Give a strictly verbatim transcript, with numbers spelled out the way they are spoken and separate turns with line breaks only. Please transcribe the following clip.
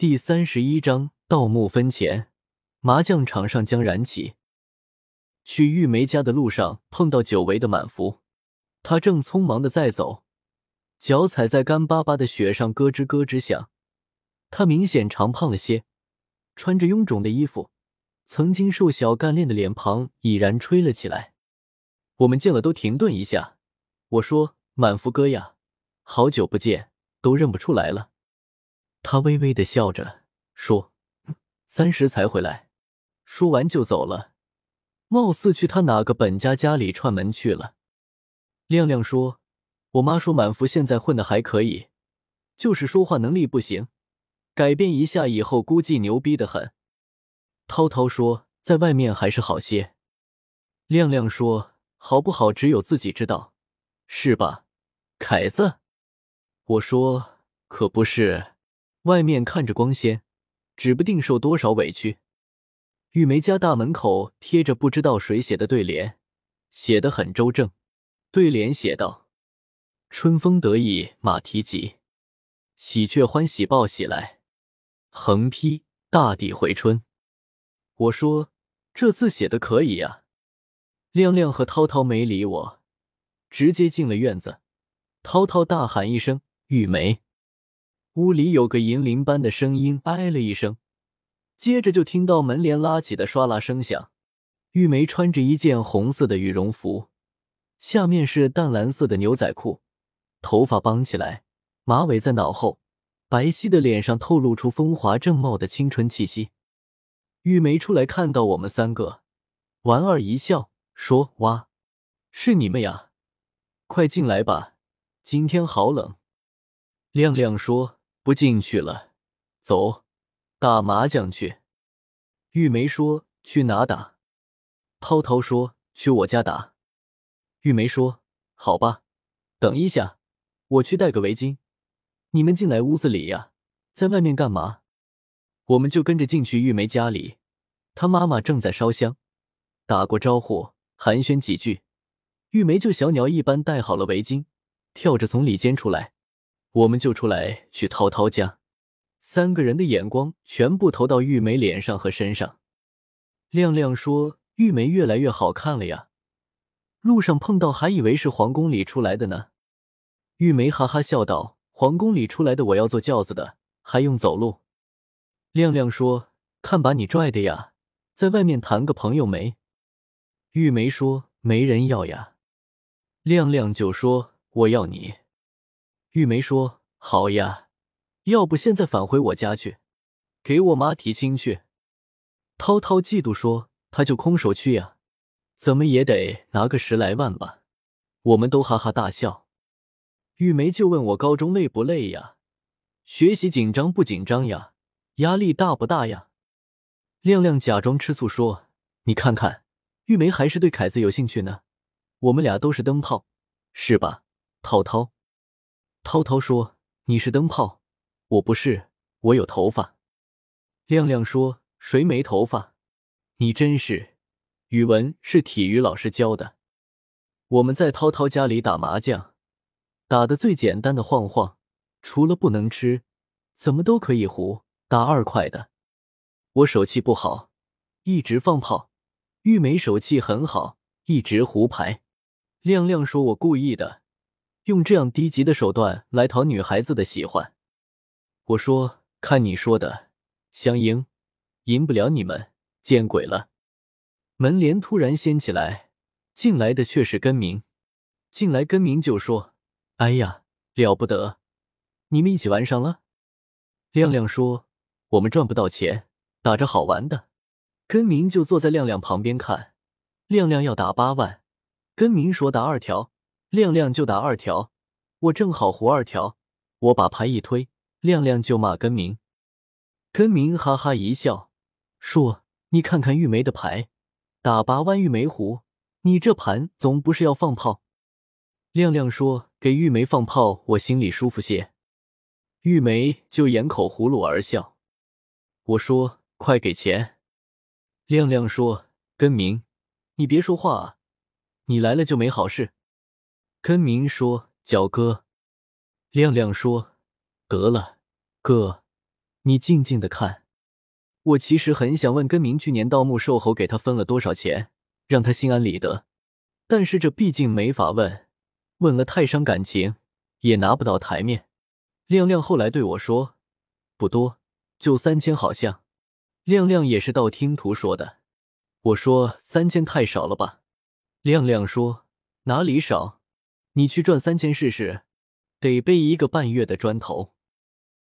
第三十一章盗墓分钱，麻将场上将燃起。去玉梅家的路上碰到久违的满福，他正匆忙地在走，脚踩在干巴巴的雪上咯吱咯吱响。他明显长胖了些，穿着臃肿的衣服，曾经瘦小干练的脸庞已然吹了起来。我们见了都停顿一下，我说：满福哥呀，好久不见，都认不出来了。他微微地笑着说：三十才回来。说完就走了，貌似去他哪个本家家里串门去了。亮亮说：我妈说满福现在混得还可以，就是说话能力不行，改变一下以后估计牛逼得很。涛涛说：在外面还是好些。亮亮说：好不好只有自己知道，是吧，凯子？我说：可不是，外面看着光鲜，指不定受多少委屈。玉梅家大门口贴着不知道谁写的对联，写得很周正。对联写道：春风得意马蹄疾，喜鹊欢喜报喜来，横批大地回春。我说：这字写得可以呀。亮亮和涛涛没理我，直接进了院子。涛涛大喊一声：玉梅！屋里有个银铃般的声音哎了一声，接着就听到门帘拉起的唰啦声响。玉梅穿着一件红色的羽绒服，下面是淡蓝色的牛仔裤，头发绑起来，马尾在脑后，白皙的脸上透露出风华正茂的青春气息。玉梅出来看到我们三个，莞尔一笑说：哇，是你们呀，快进来吧，今天好冷。亮亮说：不进去了，走，打麻将去。玉梅说：去哪打？涛涛说：去我家打。玉梅说：好吧，等一下，我去带个围巾。你们进来屋子里呀，在外面干嘛？我们就跟着进去玉梅家里，她妈妈正在烧香，打过招呼，寒暄几句，玉梅就小鸟一般戴好了围巾，跳着从里间出来。我们就出来去涛涛家，三个人的眼光全部投到玉梅脸上和身上。亮亮说：玉梅越来越好看了呀，路上碰到还以为是皇宫里出来的呢。玉梅哈哈笑道：皇宫里出来的我要坐轿子的，还用走路？亮亮说：看把你拽的呀，在外面谈个朋友没？玉梅说：没人要呀。亮亮就说：我要你。玉梅说：好呀，要不现在返回我家去，给我妈提亲去。涛涛嫉妒说：他就空手去呀，怎么也得拿个十来万吧。我们都哈哈大笑。玉梅就问我高中累不累呀，学习紧张不紧张呀，压力大不大呀。亮亮假装吃醋说：你看看，玉梅还是对凯子有兴趣呢，我们俩都是灯泡，是吧，涛涛？涛涛说：你是灯泡，我不是，我有头发。亮亮说：谁没头发？你真是，语文是体育老师教的。我们在涛涛家里打麻将，打得最简单的晃晃，除了不能吃，怎么都可以胡，打二块的。我手气不好，一直放炮，玉梅手气很好，一直胡牌。亮亮说我故意的，用这样低级的手段来讨女孩子的喜欢。我说：看你说的，想赢，赢不了你们，见鬼了。门帘突然掀起来，进来的却是根明。进来根明就说：哎呀，了不得，你们一起玩上了？亮亮说：我们赚不到钱，打着好玩的。根明就坐在亮亮旁边看，亮亮要打八万，根明说打二条，亮亮就打二条，我正好胡二条，我把牌一推，亮亮就骂根明。根明哈哈一笑，说：你看看玉梅的牌，打八万玉梅胡，你这盘总不是要放炮？亮亮说：给玉梅放炮，我心里舒服些。玉梅就掩口葫芦而笑。我说：快给钱。亮亮说：根明，你别说话啊，你来了就没好事。根明说：角哥。亮亮说：得了，哥， 你静静的看。我其实很想问根明去年盗墓售后给他分了多少钱，让他心安理得，但是这毕竟没法问，问了太伤感情，也拿不到台面。亮亮后来对我说，不多，就三千好像。亮亮也是道听途说的。我说三千太少了吧。亮亮说，哪里少，你去赚三千试试，得背一个半月的砖头。